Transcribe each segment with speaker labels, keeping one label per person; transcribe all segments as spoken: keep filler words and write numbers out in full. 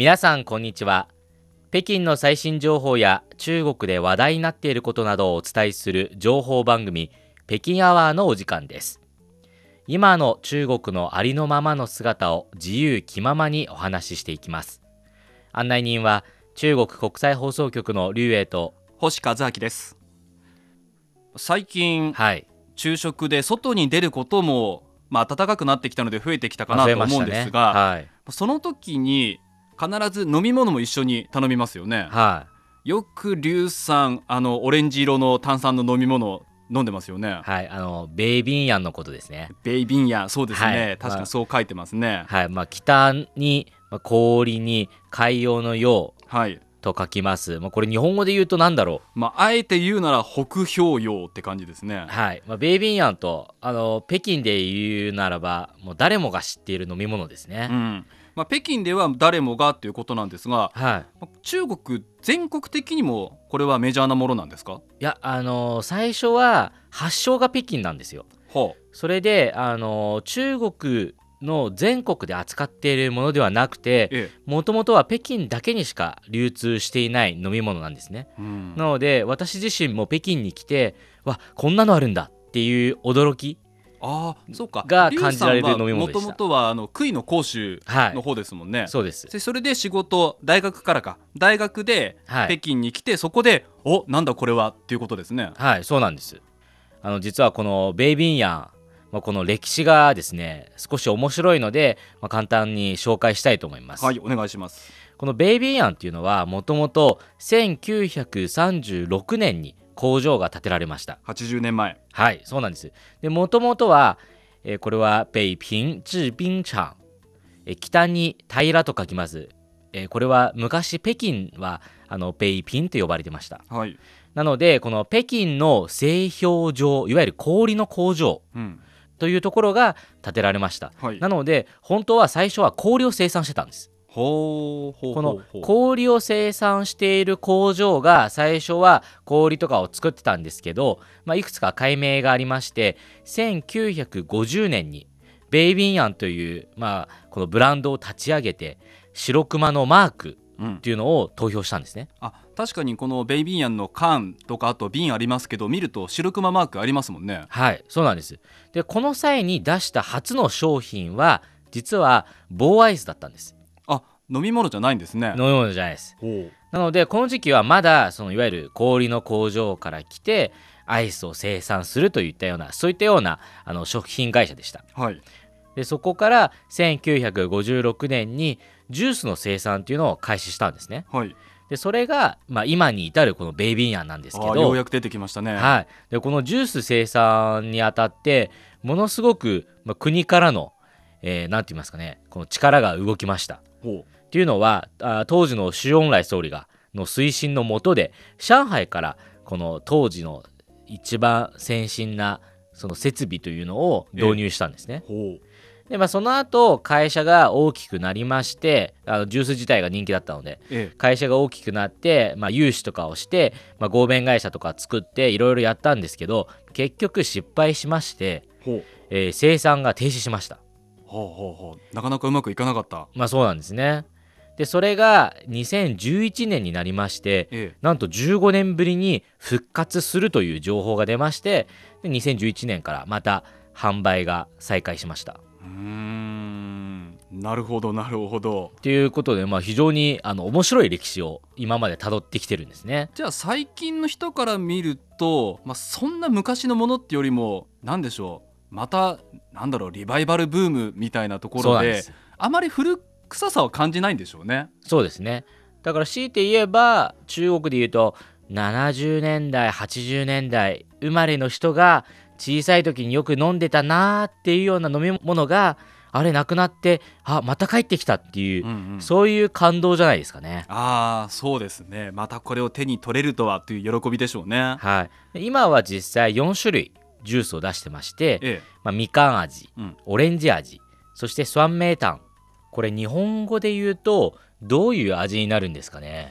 Speaker 1: 皆さんこんにちは。北京の最新情報や中国で話題になっていることなどをお伝えする情報番組北京アワーのお時間です。今の中国のありのままの姿を自由気ままにお話ししていきます。案内人は中国国際放送局の劉英と
Speaker 2: 星和明です。最近、
Speaker 1: はい、
Speaker 2: 昼食で外に出ることも、まあ、暖かくなってきたので増えてきたかなと思うんですが、
Speaker 1: ね、はい、
Speaker 2: その時に必ず飲み物も一緒に頼みますよね。
Speaker 1: はい、
Speaker 2: よく劉さん、あのオレンジ色の炭酸の飲み物飲んでますよね。
Speaker 1: はい、あのベイビンヤンのことですね。
Speaker 2: ベイビンヤン、そうですね、
Speaker 1: はい、
Speaker 2: 確かにそう書いてますね。
Speaker 1: はい、まあ、北に氷に海洋の洋
Speaker 2: はい
Speaker 1: と書きます。まあ、これ日本語で言うと何だろう。
Speaker 2: まあ、あえて言うなら北氷洋って感じですね。
Speaker 1: はい、まあ、ベイビンヤンとあの北京で言うならばもう誰もが知っている飲み物ですね。
Speaker 2: うんまあ、北京では誰もがということなんですが、
Speaker 1: はい、
Speaker 2: 中国全国的にもこれはメジャーなものなんですか？
Speaker 1: いや、あの最初は発祥が北京なんですよ。
Speaker 2: はあ、
Speaker 1: それであの中国の全国で扱っているものではなくて、もともとは北京だけにしか流通していない飲み物なんですね。うん、なので私自身も北京に来て、わ、こんなのあるんだっていう驚き
Speaker 2: あそうか
Speaker 1: が感じられる飲み物でした。
Speaker 2: もともとはあの杭の講習の方ですもんね。はい、
Speaker 1: そうです。
Speaker 2: でそれで仕事、大学からか大学で北京に来て、はい、そこでおなんだこれはっていうことですね。
Speaker 1: はい、そうなんです。あの実はこのベイビンヤン、まあ、この歴史がですね少し面白いので、まあ、簡単に紹介したいと思います。
Speaker 2: はい、お願いします。
Speaker 1: このベイビンヤンっていうのはもともとせんきゅうひゃくさんじゅうろくねんに工場が建てられました。
Speaker 2: はちじゅうねんまえ。
Speaker 1: はい、そうなんです。でもともとは、えー、これは北平制冰廠、えー、北に平と書きます。えー、これは昔北京はあの北平と呼ばれてました。
Speaker 2: はい、
Speaker 1: なのでこの北京の製氷場、いわゆる氷の工場、うんというところが建てられました。はい、なので本当は最初は氷を生産してたんです。
Speaker 2: ほうほうほうほう。
Speaker 1: この氷を生産している工場が最初は氷とかを作ってたんですけど、まあ、いくつか改名がありましてせんきゅうひゃくごじゅうねんにベイビンヤンという、まあ、このブランドを立ち上げて白熊のマークっていうのを投票したんですね。
Speaker 2: うん、あ確かにこのベイビンヤンの缶とかあと瓶ありますけど、見ると白熊マークありますもんね。
Speaker 1: はい、そうなんです。でこの際に出した初の商品は実は棒アイスだったんです。
Speaker 2: あ飲み物じゃないんですね。
Speaker 1: 飲み物じゃないです。なのでこの時期はまだそのいわゆる氷の工場から来てアイスを生産するといったようなそういったようなあの食品会社でした。
Speaker 2: はい、
Speaker 1: でそこからせんきゅうひゃくごじゅうろくねんにジュースの生産っていうのを開始したんですね。
Speaker 2: はい、
Speaker 1: でそれが、まあ、今に至るこのベイビンヤンなんですけど、
Speaker 2: ようやく出てきましたね。
Speaker 1: はい、でこのジュース生産にあたってものすごく、まあ、国からの、えー、なんて言いますかね、この力が動きました。
Speaker 2: ほう
Speaker 1: っていうのはあ当時の周恩来総理がの推進の下で上海からこの当時の一番先進なその設備というのを導入したんですね。
Speaker 2: ほう
Speaker 1: で、まあ、その後会社が大きくなりましてあのジュース自体が人気だったので、ええ、会社が大きくなって、まあ、融資とかをして、まあ、合弁会社とか作っていろいろやったんですけど結局失敗しまして、えー、生産が停止しました。
Speaker 2: ほうほうほうなかなかうまくいかなかった。
Speaker 1: まあそうなんですね。でそれがにせんじゅういちねんになりまして、ええ、なんとじゅうごねんぶりに復活するという情報が出ましてでにせんじゅういちねんからまた販売が再開しました。
Speaker 2: うーんなるほどなるほど。
Speaker 1: ということで、まあ、非常にあの面白い歴史を今まで辿ってきてるんですね。
Speaker 2: じゃあ最近の人から見ると、まあ、そんな昔のものってよりも何でしょう、またなんだろうリバイバルブームみたいなところ で, であまり古臭さは感じないんでしょうね。
Speaker 1: そうですね。だから強いて言えば中国で言うとななじゅうねんだいはちじゅうねんだい生まれの人が小さい時によく飲んでたなーっていうような飲み物があれなくなってあまた帰ってきたっていう、うんうん、そういう感動じゃないですかね。
Speaker 2: ああそうですね。またこれを手に取れるとはという喜びでしょうね。
Speaker 1: はい、今は実際よんしゅるいジュースを出してまして、ええまあ、みかん味、うん、オレンジ味、そして酸梅湯。これ日本語で言うとどういう味になるんですかね。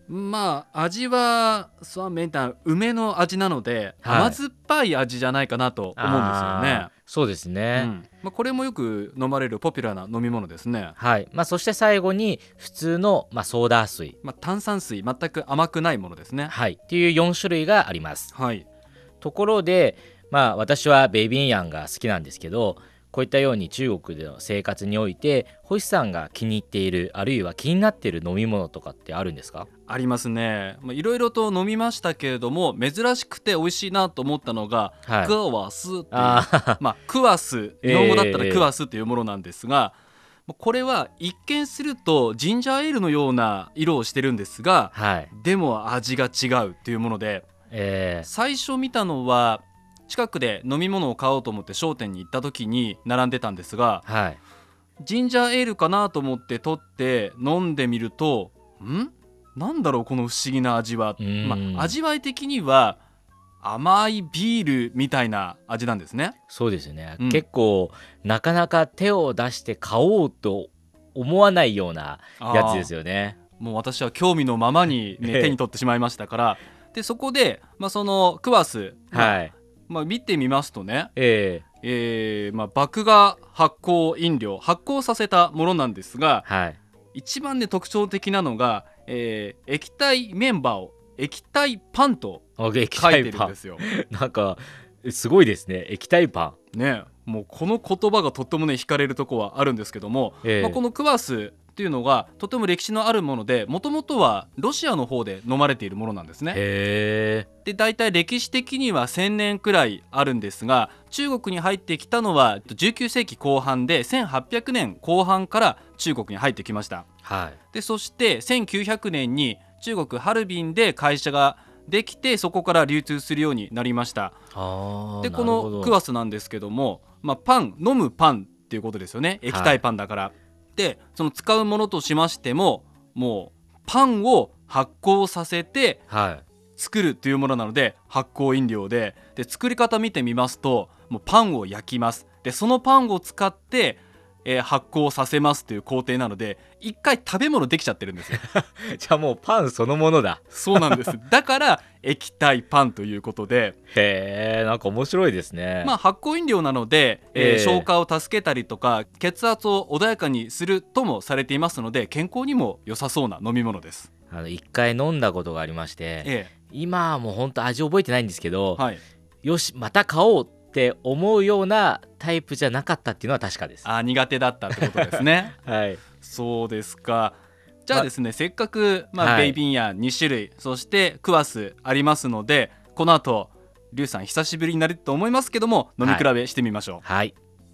Speaker 2: まあ味はそうめんたん梅の味なので、
Speaker 1: はい
Speaker 2: 甘酸っぱい味じゃないかなと思うんですよね。
Speaker 1: あーそうです
Speaker 2: う
Speaker 1: ね、
Speaker 2: んまあ、これもよく飲まれるポピュラーな飲み物ですね。
Speaker 1: はいまあ、そして最後に普通の、まあ、ソーダ水、
Speaker 2: まあ、炭酸水全く甘くないものですね。
Speaker 1: はい、っていうよん種類があります。
Speaker 2: はい
Speaker 1: ところで、まあ、私はベイビーヤンが好きなんですけど、こういったように中国での生活において星さんが気に入っているあるいは気になっている飲み物とかってあるんですか？
Speaker 2: ありますね。まあいろいろと飲みましたけれども、珍しくて美味しいなと思ったのが、
Speaker 1: はい
Speaker 2: クワスっていう
Speaker 1: あー
Speaker 2: まあ、クワス日本語だったらクワスっていうものなんですが、これは一見するとジンジャーエールのような色をしてるんですが、
Speaker 1: はい
Speaker 2: でも味が違うっていうもので、
Speaker 1: えー
Speaker 2: 最初見たのは近くで飲み物を買おうと思って商店に行った時に並んでたんですが、
Speaker 1: はい
Speaker 2: ジンジャーエールかなと思って取って飲んでみると、んなんだろうこの不思議な味は、
Speaker 1: うーん
Speaker 2: まあ、味わい的には甘いビールみたいな味なんですね。
Speaker 1: そうですね、
Speaker 2: うん
Speaker 1: 結構なかなか手を出して買おうと思わないようなやつですよね。
Speaker 2: もう私は興味のままに、ね、
Speaker 1: ええ
Speaker 2: 手に取ってしまいましたからでそこで、まあ、そのクワス、まあ
Speaker 1: はい
Speaker 2: まあ、見てみますとね、
Speaker 1: えー
Speaker 2: えーまあ、麦芽発酵飲料発酵させたものなんですが、
Speaker 1: はい
Speaker 2: 一番ね特徴的なのが、えー液体メンバーを液体パンと
Speaker 1: あ液
Speaker 2: 書いて
Speaker 1: 体パン
Speaker 2: るんですよ。
Speaker 1: なんかすごいですね、液体パン。
Speaker 2: ね、もうこの言葉がとってもね惹かれるとこはあるんですけども、
Speaker 1: ええ
Speaker 2: まあ、このクワスっていうのがとても歴史のあるもので、もともとはロシアの方で飲まれているものなんですね。
Speaker 1: へえ
Speaker 2: で大体歴史的にはせんねんくらいあるんですが、中国に入ってきたのはじゅうきゅうせいきこう半でせんはっぴゃくねんこう半から中国に入ってきました。
Speaker 1: はい
Speaker 2: でそしてせんきゅうひゃくねんに中国ハルビンで会社ができて、そこから流通するようになりました。
Speaker 1: あ
Speaker 2: でこのクワスなんですけども、まあ、パン飲むパンっていうことですよね、液体パンだから、でその使うものとしましても、もうパンを発酵させて
Speaker 1: はい
Speaker 2: 作るというものなので発酵飲料で、で作り方見てみますと、もうパンを焼きます。でそのパンを使ってえー発酵させますという工程なので、一回食べ物できちゃってるんですよ。
Speaker 1: じゃあもうパンそのものだ。
Speaker 2: そうなんです。だから液体パンということで、
Speaker 1: へえなんか面白いですね。
Speaker 2: まあ、発酵飲料なので、えー
Speaker 1: えー
Speaker 2: 消化を助けたりとか血圧を穏やかにするともされていますので、健康にも良さそうな飲み物です。
Speaker 1: あの一回飲んだことがありまして、
Speaker 2: え
Speaker 1: 今はもう本当味覚えてないんですけど、
Speaker 2: えはい、
Speaker 1: よしまた買おうって思うようなタイプじゃなかったっていうのは確かです。
Speaker 2: あ苦手だったってことですね。
Speaker 1: はい
Speaker 2: そうですか。じゃあですね、せっかく、まあ
Speaker 1: はい
Speaker 2: ベイビーヤンにしゅるい、そしてクワスありますので、この後リュウさん久しぶりになると思いますけども、飲み比べしてみましょう。
Speaker 1: はい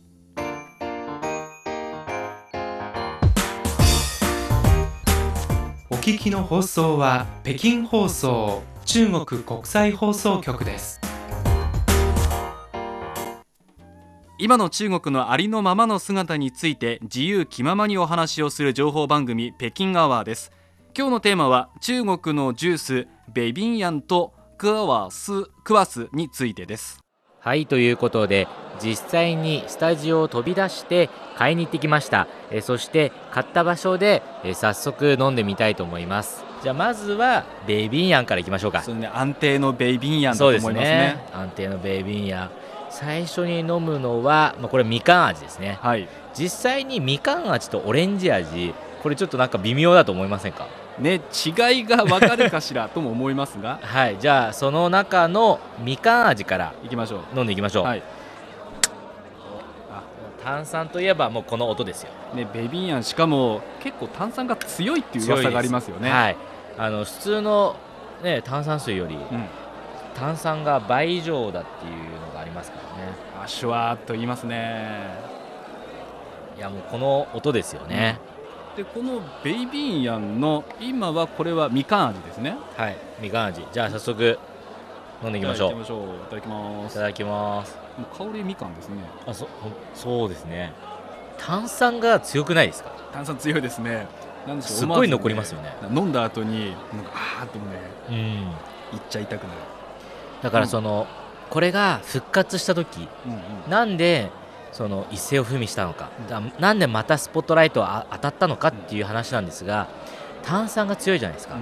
Speaker 3: お聞きの放送は北京放送中国国際放送局です。
Speaker 2: 今の中国のありのままの姿について自由気ままにお話をする情報番組、北京アワーです。今日のテーマは中国のジュースベイビンヤンとクワスクワスについてです。
Speaker 1: はいということで、実際にスタジオを飛び出して買いに行ってきました。えそして買った場所でえ早速飲んでみたいと思います。じゃあまずはベイビーヤンからいきましょうか。
Speaker 2: そうね、安定のベイビンヤンだと
Speaker 1: そうです
Speaker 2: 思いますね。
Speaker 1: ね安定のベイビーヤン、最初に飲むのは、まあ、これみかん味ですね。
Speaker 2: はい
Speaker 1: 実際にみかん味とオレンジ味、これちょっとなんか微妙だと思いませんか？
Speaker 2: ね、違いがわかるかしらとも思いますが
Speaker 1: はいじゃあその中のみかん味から
Speaker 2: いきましょう。
Speaker 1: 飲んでいきましょう。
Speaker 2: はい
Speaker 1: 炭酸といえばもうこの音ですよ。
Speaker 2: ね、ベイビーヤンしかも結構炭酸が強いっていう噂がありますよね。
Speaker 1: はい、あの普通の、ね、炭酸水より
Speaker 2: うん、
Speaker 1: 炭酸が倍以上だっていうのがありますからね。
Speaker 2: あシュワーっと言いますね。
Speaker 1: いやもうこの音ですよね。
Speaker 2: でこのベイビーヤンの今はこれはみかん味ですね。
Speaker 1: はいみかん味、じゃあ早速飲んでいきましょう。
Speaker 2: いただきましょう。いただきます。
Speaker 1: いただきます。
Speaker 2: もう香りみかんですね。
Speaker 1: あそほんそうですね、炭酸が強くないですか？
Speaker 2: 炭酸強いですね。なんでしょう、
Speaker 1: すっごい残りますよね。
Speaker 2: 飲んだ後になんかあーってもね
Speaker 1: うん
Speaker 2: いっちゃいたくなる。
Speaker 1: だからその、これが復活した時
Speaker 2: うんうん
Speaker 1: なんでその一世を風靡したのか、だなんでまたスポットライトが当たったのかっていう話なんですが、炭酸が強いじゃないですか、
Speaker 2: うん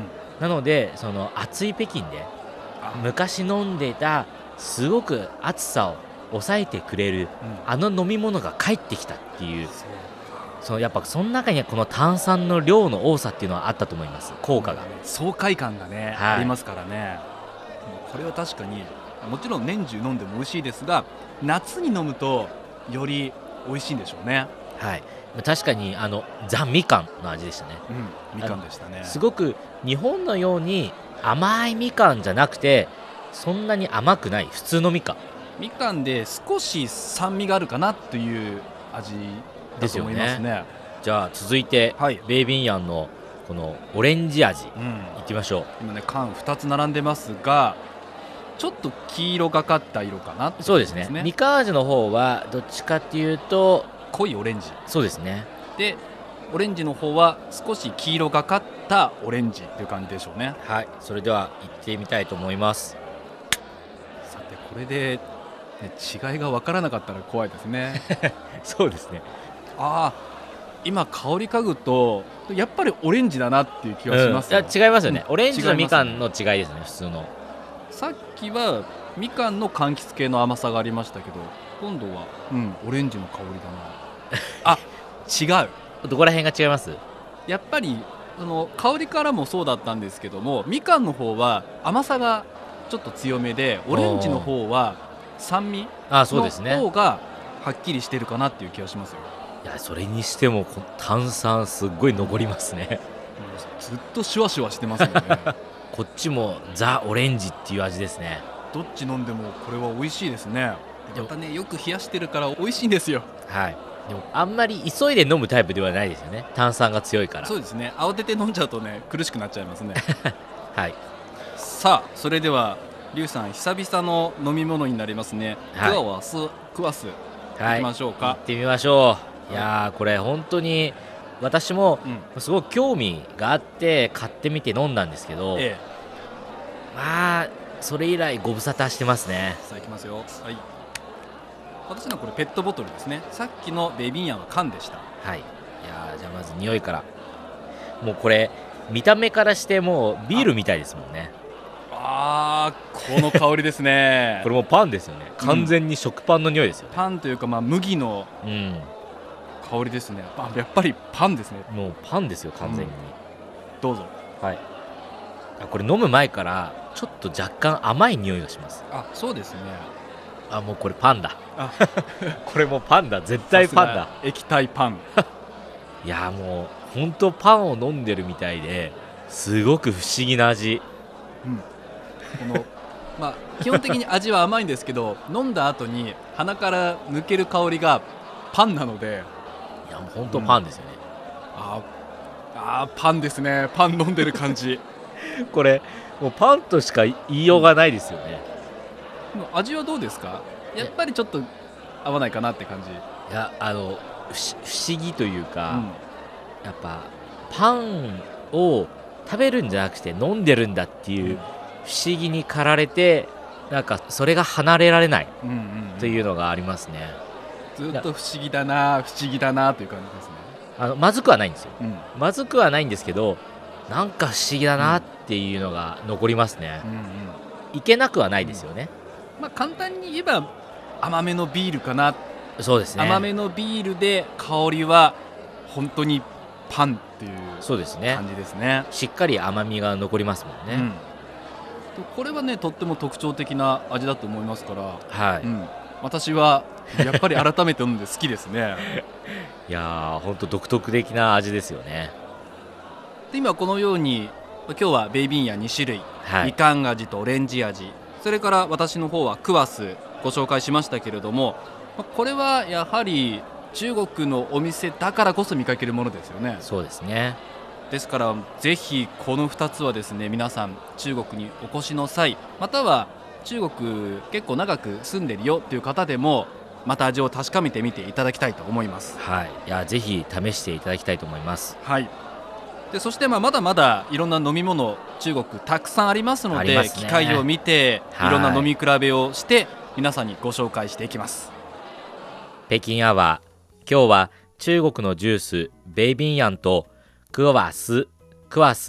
Speaker 1: なのでその暑い北京で
Speaker 2: あ
Speaker 1: 昔飲んでたすごく暑さを抑えてくれる
Speaker 2: うん
Speaker 1: あの飲み物が帰ってきたっていう、
Speaker 2: そう
Speaker 1: そのやっぱその中にはこの炭酸の量の多さっていうのはあったと思います。効果が、
Speaker 2: 爽快感がね、
Speaker 1: はい
Speaker 2: ありますからね。もうこれは確かにもちろん年中飲んでも美味しいですが、夏に飲むとより美味しいんでしょうね。
Speaker 1: はい確かにあのザ・みかんの味でしたね。
Speaker 2: うん、みかんでしたね。
Speaker 1: すごく日本のように甘いみかんじゃなくてそんなに甘くない普通のみかん
Speaker 2: みかんで少し酸味があるかなという味だと思いますね。
Speaker 1: じゃあ続いて、
Speaker 2: はい、
Speaker 1: ベイビンヤンのこのオレンジ味い
Speaker 2: うん、
Speaker 1: きましょ
Speaker 2: 今ね缶ふたつ並んでますが、ちょっと黄色がかった色かなって
Speaker 1: う。そうですねみかん味の方はどっちかっていうと
Speaker 2: 濃いオレンジ
Speaker 1: そうですね
Speaker 2: で、オレンジの方は少し黄色がかったオレンジという感じでしょうね。
Speaker 1: はいそれでは行ってみたいと思います。
Speaker 2: さてこれで、ね、違いが分からなかったら怖いですね。
Speaker 1: そうですね
Speaker 2: ああ、今香り嗅ぐとやっぱりオレンジだなっていう気がしますよ、
Speaker 1: うん、いや違いますよね、
Speaker 2: うん
Speaker 1: オレンジとみか
Speaker 2: 違い
Speaker 1: んの違いですね普通の。
Speaker 2: さっきはみかんの柑橘系の甘さがありましたけど、今度は、うん、オレンジの香りだな。あ、違う。
Speaker 1: どこら辺が違います？
Speaker 2: やっぱりその香りからもそうだったんですけども、みかんの方は甘さがちょっと強めで、オレンジの方は酸味
Speaker 1: あそう
Speaker 2: の
Speaker 1: ですね
Speaker 2: 方がはっきりしてるかなっていう気がしますよ。
Speaker 1: いやそれにしてもこ炭酸すっごい残りますね。
Speaker 2: もうずっとシュワシュワしてますよね。
Speaker 1: こっちもザ・オレンジっていう味ですね。
Speaker 2: どっち飲んでもこれは美味しいですね。やっぱねよく冷やしてるから美味しいんですよ。
Speaker 1: はいでもあんまり急いで飲むタイプではないですよね、炭酸が強いから。
Speaker 2: そうですね、慌てて飲んじゃうとね苦しくなっちゃいますね。
Speaker 1: はい
Speaker 2: さあそれではリュウさん久々の飲み物になりますね。
Speaker 1: はい
Speaker 2: クワワスクワス
Speaker 1: はい
Speaker 2: 行きましょうか。
Speaker 1: 行ってみましょう。いやーこれ本当に私も
Speaker 2: うん、
Speaker 1: すごく興味があって買ってみて飲んだんですけど、
Speaker 2: ええ、
Speaker 1: まあそれ以来ご無沙汰してますね。
Speaker 2: さあ行きますよ。はい、私のこれペットボトルですね。さっきのベビンヤンは缶でした。
Speaker 1: はいいやーじゃあまず匂いから、もうこれ見た目からしてもうビールみたいですもんね。
Speaker 2: あー、この香りですね。
Speaker 1: これもパンですよね、完全に食パンの匂いですよね。
Speaker 2: パンというか、まあ、麦の
Speaker 1: うん
Speaker 2: 香りですね。あ、やっぱりパンですね。
Speaker 1: もうパンですよ完全に、
Speaker 2: どうぞ。
Speaker 1: はいあこれ飲む前からちょっと若干甘い匂いがします。
Speaker 2: あ、そうですね。
Speaker 1: あもうこれパンだ。
Speaker 2: あ
Speaker 1: これもうパンだ、絶対パンだ。
Speaker 2: さすが液体パン。
Speaker 1: いやーもう本当パンを飲んでるみたいですごく不思議な味。
Speaker 2: このまあ基本的に味は甘いんですけど、飲んだ後に鼻から抜ける香りがパンなので、
Speaker 1: いやもう本当パンですよね、
Speaker 2: あーあーパンですね。パン飲んでる感じ。
Speaker 1: これもうパンとしか言いようがないですよね。
Speaker 2: もう味はどうですか？やっぱりちょっと合わないかなって感じ。
Speaker 1: いやあの不思不思議という
Speaker 2: う
Speaker 1: か、
Speaker 2: ん、
Speaker 1: やっぱパンを食べるんじゃなくて飲んでるんだっていう不思議に駆られて、なんかそれが離れられない
Speaker 2: うんうんうん、
Speaker 1: というのがありますね。
Speaker 2: ずっと不思議だな不思議だなという感じですね。
Speaker 1: あのまずくはないんですよ、
Speaker 2: うん
Speaker 1: まずくはないんですけど、なんか不思議だなっていうのが残りますね。
Speaker 2: うんうん、
Speaker 1: いけなくはないですよね、
Speaker 2: まあ簡単に言えば甘めのビールかな。
Speaker 1: そうですね
Speaker 2: 甘めのビールで香りは本当にパンっていう
Speaker 1: そうですね
Speaker 2: 感じですね。
Speaker 1: しっかり甘みが残りますもんね、
Speaker 2: うんこれはねとっても特徴的な味だと思いますから、
Speaker 1: はい、
Speaker 2: うん、私はやっぱり改めて飲んで好きですね。
Speaker 1: いやーほんと独特的な味ですよね。
Speaker 2: で今このように今日はベイビンヤに種類、
Speaker 1: はい
Speaker 2: みかん味とオレンジ味、それから私の方はクワスご紹介しましたけれども、まあこれはやはり中国のお店だからこそ見かけるものですよね。
Speaker 1: そうですね。
Speaker 2: ですからぜひこのふたつはですね、皆さん中国にお越しの際、または中国結構長く住んでるよという方でもまた味を確かめてみていただきたいと思います。
Speaker 1: はい、いやぜひ試していただきたいと思います。
Speaker 2: はい。でそしてまあまだまだいろんな飲み物中国たくさんありますので、
Speaker 1: ありますね
Speaker 2: 機会を見て
Speaker 1: はい
Speaker 2: いろんな飲み比べをして皆さんにご紹介していきます。
Speaker 1: 北京アワー、今日は中国のジュースベイビンヤンとクワスクワス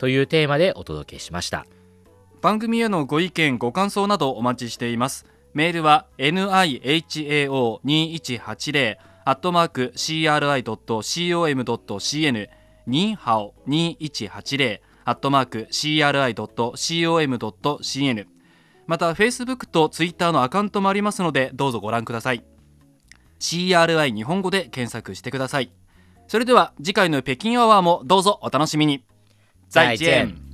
Speaker 1: というテーマでお届けしました。
Speaker 2: 番組へのご意見ご感想などお待ちしています。メールは エヌアイエイチエーオーにいちはちゼロ アットマーク シーアールアイドットコムドットシーエヌ ニーハオにいちはちゼロ アットマーク シーアールアイドットコムドットシーエヌ、 また Facebook と Twitter のアカウントもありますのでどうぞご覧ください。 シーアールアイ 日本語で検索してください。それでは次回の北京アワーもどうぞお楽しみに。再见。